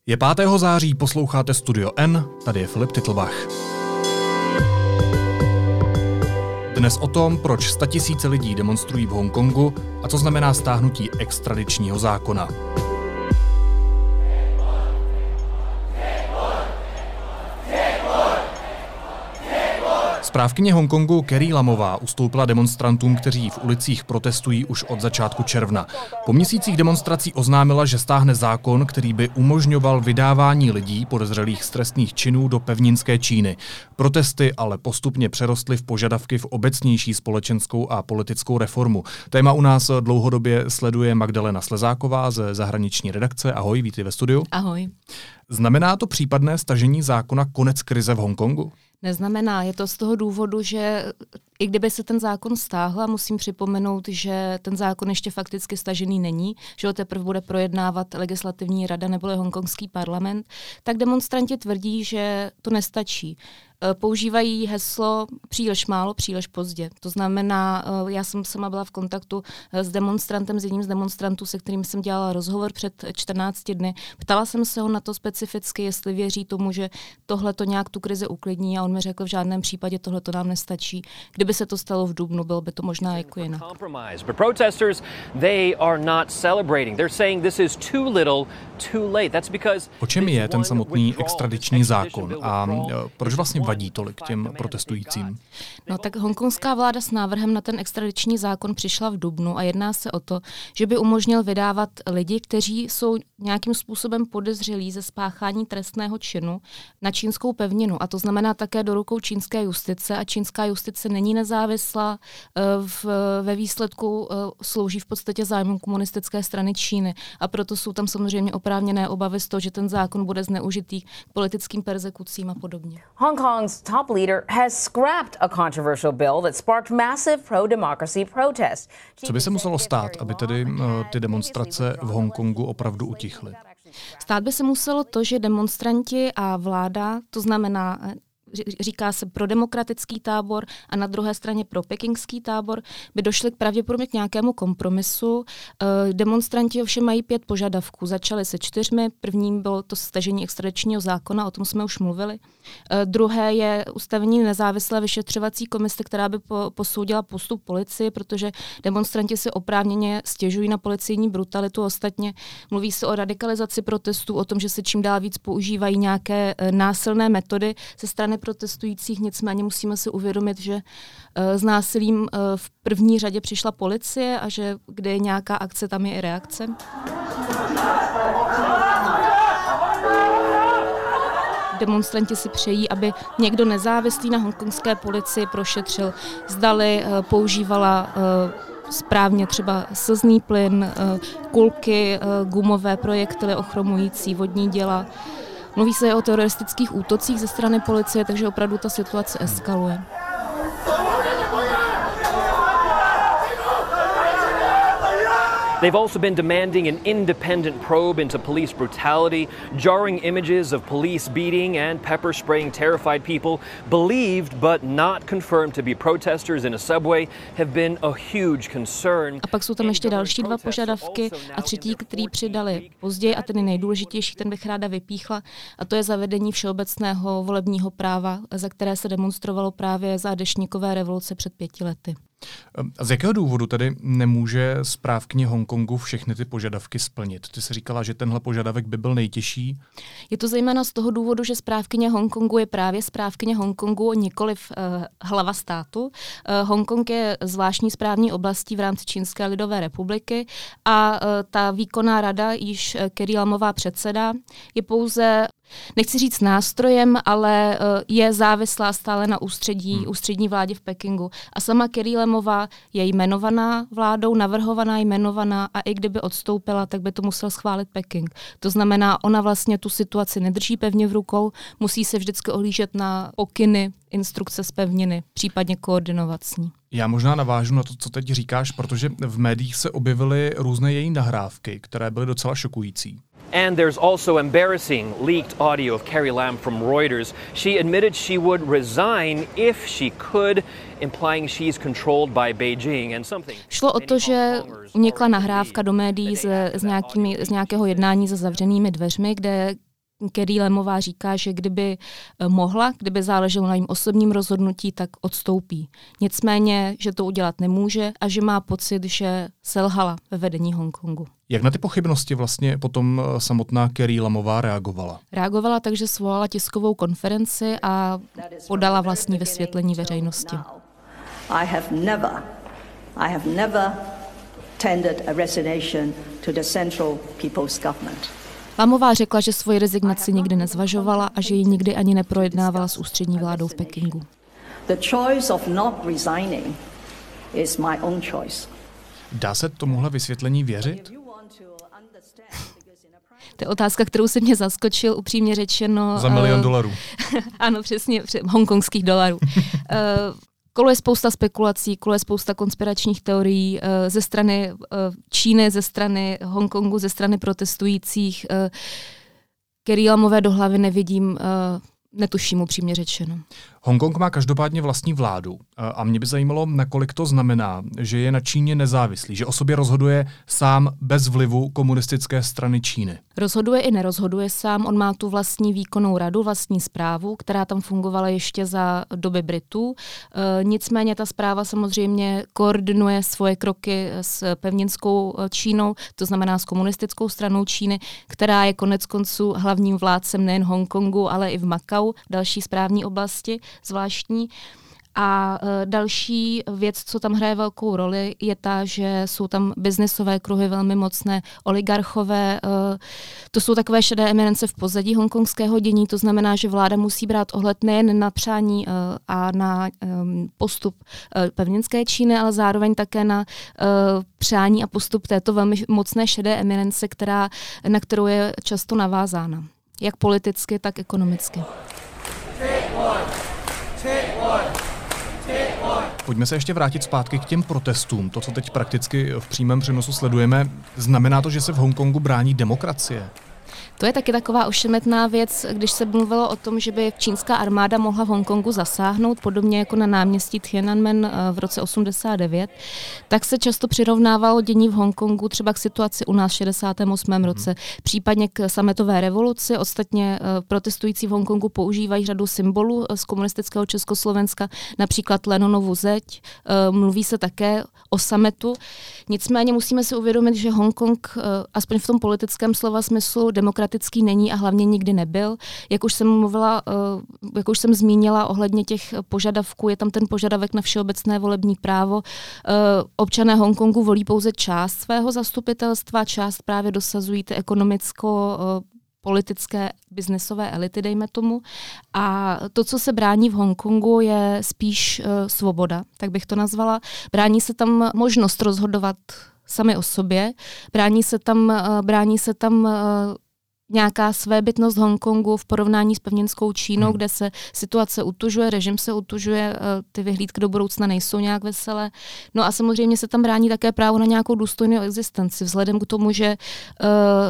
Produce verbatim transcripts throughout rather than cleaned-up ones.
Je pátého září, posloucháte Studio N, tady je Filip Titlbach. Dnes o tom, proč statisíce lidí demonstrují v Hongkongu a co znamená stáhnutí extradičního zákona. Správkyně Hongkongu Carrie Lamová ustoupila demonstrantům, kteří v ulicích protestují už od začátku června. Po měsících demonstrací oznámila, že stáhne zákon, který by umožňoval vydávání lidí podezřelých z trestných činů do pevninské Číny. Protesty ale postupně přerostly v požadavky v obecnější společenskou a politickou reformu. Téma u nás dlouhodobě sleduje Magdalena Slezáková ze zahraniční redakce. Ahoj, vítej ve studiu. Ahoj. Znamená to případné stažení zákona konec krize v Hongkongu? Neznamená. Je to z toho důvodu, že i kdyby se ten zákon stáhl, musím připomenout, že ten zákon ještě fakticky stažený není, že ho teprve bude projednávat legislativní rada nebo hongkongský parlament, tak demonstranti tvrdí, že to nestačí. Používají heslo příliš málo, příliš pozdě. To znamená, já jsem sama byla v kontaktu s demonstrantem, s jedním z demonstrantů, se kterým jsem dělala rozhovor před čtrnácti dny. Ptala jsem se ho na to specificky, jestli věří tomu, že tohle to nějak tu krizi uklidní, a on mi řekl, v žádném případě tohle to nám nestačí. Kdyby se to stalo v dubnu, bylo by to možná jako jinak. But protesters, they are not celebrating. They're saying this is too little, too late. That's because O čem je ten samotný extradiční zákon a proč vlastně vadí tolik těm protestujícím? No tak hongkongská vláda s návrhem na ten extradiční zákon přišla v dubnu a jedná se o to, že by umožnil vydávat lidi, kteří jsou nějakým způsobem podezřelí ze spáchání trestného činu na čínskou pevninu. A to znamená také do rukou čínské justice. A čínská justice není nezávislá, v, ve výsledku slouží v podstatě zájmům komunistické strany Číny. A proto jsou tam samozřejmě oprávněné obavy z toho, že ten zákon bude zneužitý k politickým perzekucím a podobně. Hong Kong's top leader has scrapped a controversial bill that sparked massive pro-democracy protests. Co by se muselo stát, aby tedy ty demonstrace v Hongkongu opravdu utichly? Stát by se muselo to, že demonstranti a vláda, to znamená říká se pro demokratický tábor a na druhé straně pro pekingský tábor, by došli k pravděpodobně k nějakému kompromisu. Demonstranti ovšem mají pět požadavků. Začali se čtyřmi. Prvním bylo to stažení extradičního zákona, o tom jsme už mluvili. Druhé je ustavení nezávislé vyšetřovací komise, která by po, posoudila postup policie, protože demonstranti si oprávněně stěžují na policejní brutalitu. Ostatně mluví se o radikalizaci protestů, o tom, že se čím dál víc používají nějaké násilné metody ze strany protestujících, nicméně musíme si uvědomit, že uh, s násilím uh, v první řadě přišla policie a že kde je nějaká akce, tam je i reakce. Demonstranti si přejí, aby někdo nezávislý na hongkongské policii prošetřil, zdali uh, používala uh, správně třeba slzný plyn, uh, kulky, uh, gumové projektily ochromující, vodní děla. Mluví se o teroristických útocích ze strany policie, takže opravdu ta situace eskaluje. They've also been demanding an independent probe into police brutality. Jarring images of police beating and pepper spraying terrified people, believed but not confirmed to be protesters in a subway, have been a huge concern. A pak jsou tam ještě další dva požadavky a třetí, který přidali později, a ten nejdůležitější, ten bych ráda vypíchla, a to je zavedení všeobecného volebního práva, za které se demonstrovalo právě za deštníkové revoluce před pěti lety. Z jakého důvodu tedy nemůže správkyně Hongkongu všechny ty požadavky splnit? Ty jsi říkala, že tenhle požadavek by byl nejtěžší. Je to zejména z toho důvodu, že správkyně Hongkongu je právě správkyně Hongkongu, nikoliv uh, hlava státu. Uh, Hongkong je zvláštní správní oblastí v rámci Čínské lidové republiky a uh, ta výkonná rada, již uh, Carrie Lamová předseda, je pouze, nechci říct nástrojem, ale uh, je závislá stále na ústředí, hmm. ústřední vládě v Pekingu. A sama Carrie Lamová je jmenovaná vládou, navrhovaná, jmenovaná, a i kdyby odstoupila, tak by to musel schválit Peking. To znamená, ona vlastně tu situaci nedrží pevně v rukou, musí se vždycky ohlížet na pokyny, instrukce z pevniny, případně koordinovat s ní. Já možná navážu na to, co teď říkáš, protože v médiích se objevily různé její nahrávky, které byly docela šokující. And there's also embarrassing leaked audio of Carrie Lam from Reuters. She admitted she would resign if she could, implying she's controlled by Beijing and something. Šlo o to, že unikla nahrávka do médií z, z, nějakými, z nějakého jednání za zavřenými dveřmi, kde Carrie Lamová říká, že kdyby mohla, kdyby záleželo na jejím osobním rozhodnutí, tak odstoupí. Nicméně, že to udělat nemůže a že má pocit, že selhala ve vedení Hongkongu. Jak na ty pochybnosti vlastně potom samotná Carrie Lamová reagovala? Reagovala tak, že svolala tiskovou konferenci a podala vlastní vysvětlení veřejnosti. I have never, I have never tendered a resignation to the Central People's Government. Lamová řekla, že svoji rezignaci nikdy nezvažovala a že ji nikdy ani neprojednávala s ústřední vládou v Pekingu. The choice of not resigning is my own choice. Dá se tomuhle vysvětlení věřit? To je otázka, kterou se mě zaskočil, upřímně řečeno. Za milion uh, dolarů. Ano, přesně, hongkongských dolarů. uh, koluje spousta spekulací, koluje spousta konspiračních teorií uh, ze strany uh, Číny, ze strany Hongkongu, ze strany protestujících. Uh, Carrie Lamové do hlavy nevidím, uh, netuším, upřímně řečeno. Hongkong má každopádně vlastní vládu a mě by zajímalo, nakolik to znamená, že je na Číně nezávislý, že o sobě rozhoduje sám bez vlivu komunistické strany Číny. Rozhoduje i nerozhoduje sám, on má tu vlastní výkonnou radu, vlastní správu, která tam fungovala ještě za doby Britů. E, nicméně ta správa samozřejmě koordinuje svoje kroky s pevninskou Čínou, to znamená s komunistickou stranou Číny, která je konec konců hlavním vládcem nejen Hongkongu, ale i v Makau, další správní oblasti zvláštní. A e, další věc, co tam hraje velkou roli, je ta, že jsou tam biznesové kruhy velmi mocné, oligarchové. E, to jsou takové šedé eminence v pozadí hongkongského dění, to znamená, že vláda musí brát ohled nejen na přání e, a na e, postup e, pevninské Číny, ale zároveň také na e, přání a postup této velmi mocné šedé eminence, která, na kterou je často navázána. Jak politicky, tak ekonomicky. Pojďme se ještě vrátit zpátky k těm protestům. To, co teď prakticky v přímém přenosu sledujeme, znamená to, že se v Hongkongu brání demokracie? To je taky taková ošemetná věc, když se mluvilo o tom, že by čínská armáda mohla v Hongkongu zasáhnout, podobně jako na náměstí Tiananmen v roce osmdesát devět, tak se často přirovnávalo dění v Hongkongu třeba k situaci u nás v šedesátém osmém roce, případně k sametové revoluci. Ostatně protestující v Hongkongu používají řadu symbolů z komunistického Československa, například Lenonovu zeď, mluví se také o sametu. Nicméně musíme si uvědomit, že Hongkong, aspoň v tom politickém slova smyslu, demokratický není a hlavně nikdy nebyl. Jak už jsem mluvila, jak už jsem zmínila ohledně těch požadavků, je tam ten požadavek na všeobecné volební právo. Občané Hongkongu volí pouze část svého zastupitelstva, část právě dosazují ty ekonomicko politické biznesové elity, dejme tomu. A to, co se brání v Hongkongu, je spíš uh, svoboda, tak bych to nazvala. Brání se tam možnost rozhodovat sami o sobě, brání se tam, uh, brání se tam uh, nějaká svébytnost Hongkongu v porovnání s pevninskou Čínou, hmm. kde se situace utužuje, režim se utužuje, ty vyhlídky do budoucna nejsou nějak veselé. No a samozřejmě se tam brání také právo na nějakou důstojnou existenci, vzhledem k tomu, že uh,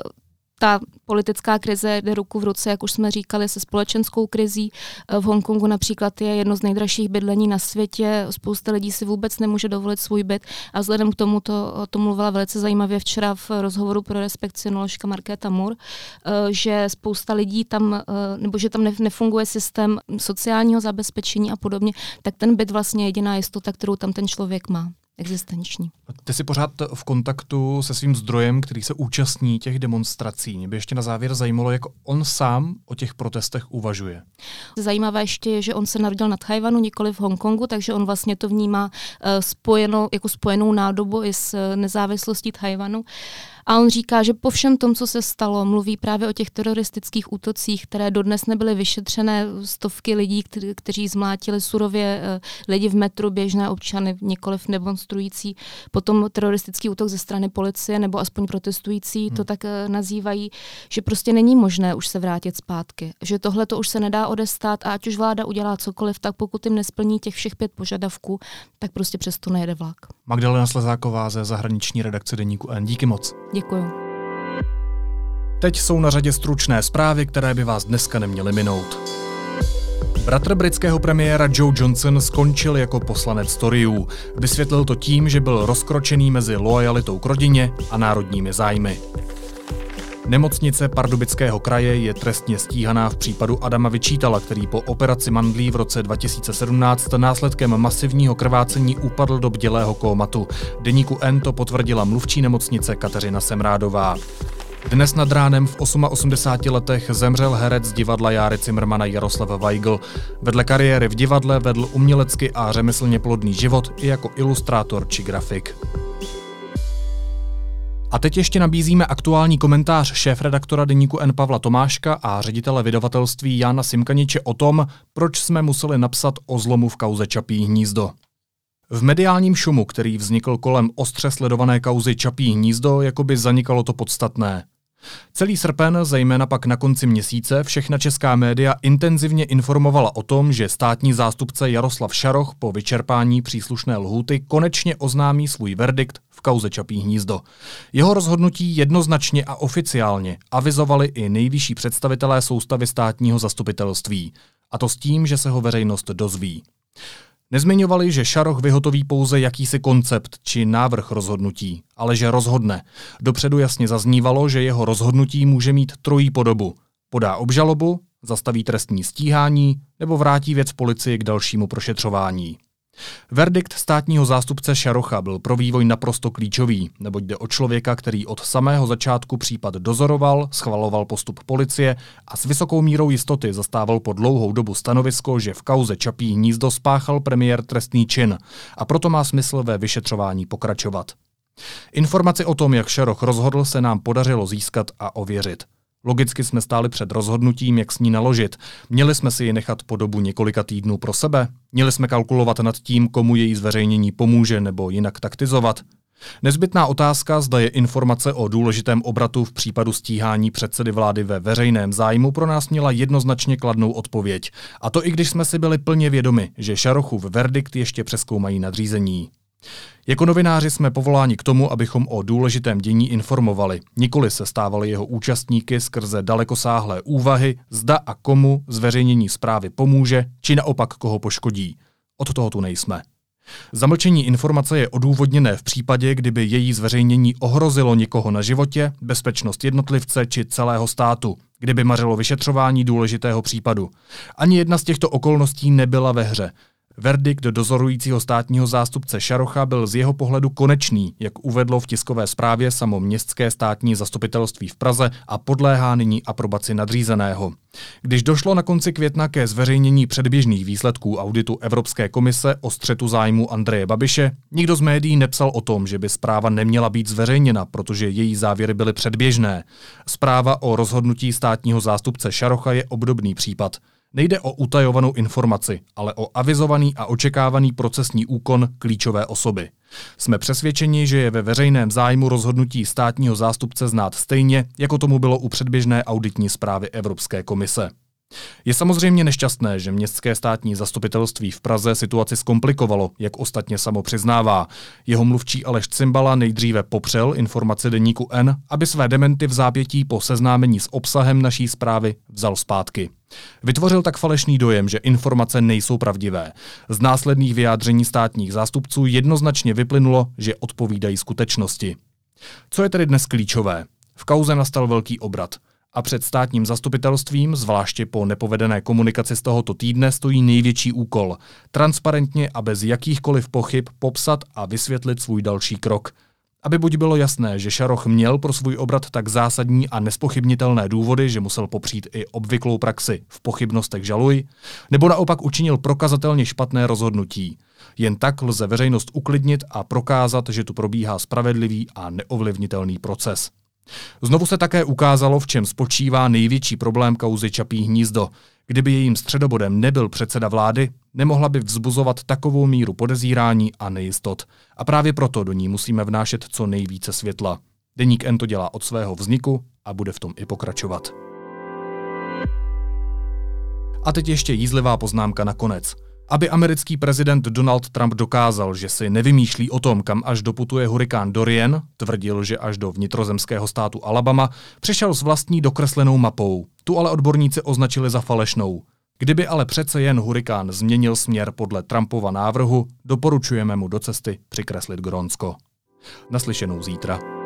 ta politická krize jde ruku v ruce, jak už jsme říkali, se společenskou krizí. V Hongkongu například je jedno z nejdražších bydlení na světě. Spousta lidí si vůbec nemůže dovolit svůj byt a vzhledem k tomu to, to mluvila velice zajímavě včera v rozhovoru pro Respekcionoložka Markéta Moore, že spousta lidí tam, nebo že tam nefunguje systém sociálního zabezpečení a podobně, tak ten byt vlastně je jediná jistota, kterou tam ten člověk má. Existenční. Ty jsi pořád v kontaktu se svým zdrojem, který se účastní těch demonstrací. Mě by ještě na závěr zajímalo, jak on sám o těch protestech uvažuje. Zajímavé ještě je, že on se narodil na Tchaj-wanu, nikoli v Hongkongu, takže on vlastně to vnímá uh, spojeno, jako spojenou nádobu i s uh, nezávislostí Tchaj-wanu. A on říká, že po všem tom, co se stalo, mluví právě o těch teroristických útocích, které dodnes nebyly vyšetřené, stovky lidí, kteří, kteří zmlátili surově uh, lidi v metru, běžné občany, nikoliv demonstrující. Potom teroristický útok ze strany policie nebo aspoň protestující hmm. to tak uh, nazývají, že prostě není možné už se vrátit zpátky. Že tohle to už se nedá odestát a ať už vláda udělá cokoliv, tak pokud jim nesplní těch všech pět požadavků, tak prostě přesto nejede vlak. Magdalena Slezáková ze zahraniční redakce deníku N. Díky moc. Děkuju. Teď jsou na řadě stručné zprávy, které by vás dneska neměly minout. Bratr britského premiéra Joe Johnson skončil jako poslanec Toryů. Vysvětlil to tím, že byl rozkročený mezi loajalitou k rodině a národními zájmy. Nemocnice Pardubického kraje je trestně stíhaná v případu Adama Vyčítala, který po operaci mandlí v roce dva tisíce sedmnáct následkem masivního krvácení upadl do bdělého kómatu. Deníku N to potvrdila mluvčí nemocnice Kateřina Semrádová. Dnes nad ránem v osmaosemdesáti letech zemřel herec divadla Járy Cimrmana Jaroslav Weigl. Vedle kariéry v divadle vedl umělecky a řemeslně plodný život i jako ilustrátor či grafik. A teď ještě nabízíme aktuální komentář šéfredaktora deníku N Pavla Tomáška a ředitele vydavatelství Jána Simkaniče o tom, proč jsme museli napsat o zlomu v kauze Čapí hnízdo. V mediálním šumu, který vznikl kolem ostře sledované kauzy Čapí hnízdo, jakoby zanikalo to podstatné. Celý srpen, zejména pak na konci měsíce, všechna česká média intenzivně informovala o tom, že státní zástupce Jaroslav Šaroch po vyčerpání příslušné lhůty konečně oznámí svůj verdikt v kauze Čapí hnízdo. Jeho rozhodnutí jednoznačně a oficiálně avizovali i nejvyšší představitelé soustavy státního zastupitelství. A to s tím, že se ho veřejnost dozví. Nezmiňovali, že Šaroch vyhotoví pouze jakýsi koncept či návrh rozhodnutí, ale že rozhodne. Dopředu jasně zaznívalo, že jeho rozhodnutí může mít trojí podobu. Podá obžalobu, zastaví trestní stíhání nebo vrátí věc policii k dalšímu prošetřování. Verdikt státního zástupce Šarocha byl pro vývoj naprosto klíčový, neboť jde o člověka, který od samého začátku případ dozoroval, schvaloval postup policie a s vysokou mírou jistoty zastával po dlouhou dobu stanovisko, že v kauze Čapí hnízdo spáchal premiér trestný čin a proto má smysl ve vyšetřování pokračovat. Informaci o tom, jak Šaroch rozhodl, se nám podařilo získat a ověřit. Logicky jsme stáli před rozhodnutím, jak s ní naložit. Měli jsme si ji nechat po dobu několika týdnů pro sebe? Měli jsme kalkulovat nad tím, komu její zveřejnění pomůže nebo jinak taktizovat? Nezbytná otázka, zda je informace o důležitém obratu v případu stíhání předsedy vlády ve veřejném zájmu, pro nás měla jednoznačně kladnou odpověď. A to i když jsme si byli plně vědomi, že Šarochův verdikt ještě přezkoumají nadřízení. Jako novináři jsme povoláni k tomu, abychom o důležitém dění informovali. Nikoli se stávali jeho účastníky skrze dalekosáhlé úvahy, zda a komu zveřejnění zprávy pomůže, či naopak koho poškodí. Od toho tu nejsme. Zamlčení informace je odůvodněné v případě, kdyby její zveřejnění ohrozilo někoho na životě, bezpečnost jednotlivce či celého státu, kdyby mařilo vyšetřování důležitého případu. Ani jedna z těchto okolností nebyla ve hře. Verdikt dozorujícího státního zástupce Šarocha byl z jeho pohledu konečný, jak uvedlo v tiskové zprávě samo městské státní zastupitelství v Praze a podléhá nyní aprobaci nadřízeného. Když došlo na konci května ke zveřejnění předběžných výsledků auditu Evropské komise o střetu zájmu Andreje Babiše, nikdo z médií nepsal o tom, že by zpráva neměla být zveřejněna, protože její závěry byly předběžné. Zpráva o rozhodnutí státního zástupce Šarocha je obdobný případ. Nejde o utajovanou informaci, ale o avizovaný a očekávaný procesní úkon klíčové osoby. Jsme přesvědčeni, že je ve veřejném zájmu rozhodnutí státního zástupce znát stejně, jako tomu bylo u předběžné auditní zprávy Evropské komise. Je samozřejmě nešťastné, že městské státní zastupitelství v Praze situaci zkomplikovalo, jak ostatně samo přiznává. Jeho mluvčí Aleš Cimbala nejdříve popřel informaci deníku N, aby své dementy v zápětí po seznámení s obsahem naší zprávy vzal zpátky. Vytvořil tak falešný dojem, že informace nejsou pravdivé. Z následných vyjádření státních zástupců jednoznačně vyplynulo, že odpovídají skutečnosti. Co je tedy dnes klíčové? V kauze nastal velký obrat. A před státním zastupitelstvím, zvláště po nepovedené komunikaci z tohoto týdne, stojí největší úkol. Transparentně a bez jakýchkoliv pochyb popsat a vysvětlit svůj další krok. Aby buď bylo jasné, že Šaroch měl pro svůj obrat tak zásadní a nespochybnitelné důvody, že musel popřít i obvyklou praxi v pochybnostech žaluj, nebo naopak učinil prokazatelně špatné rozhodnutí. Jen tak lze veřejnost uklidnit a prokázat, že tu probíhá spravedlivý a neovlivnitelný proces. Znovu se také ukázalo, v čem spočívá největší problém kauzy Čapí hnízdo. Kdyby jejím středobodem nebyl předseda vlády, nemohla by vzbuzovat takovou míru podezírání a nejistot. A právě proto do ní musíme vnášet co nejvíce světla. Deník N to dělá od svého vzniku a bude v tom i pokračovat. A teď ještě jízlivá poznámka nakonec. Aby americký prezident Donald Trump dokázal, že si nevymýšlí o tom, kam až doputuje hurikán Dorian, tvrdil, že až do vnitrozemského státu Alabama, přišel s vlastní dokreslenou mapou. Tu ale odborníci označili za falešnou. Kdyby ale přece jen hurikán změnil směr podle Trumpova návrhu, doporučujeme mu do cesty přikreslit Grónsko. Naslyšenou zítra.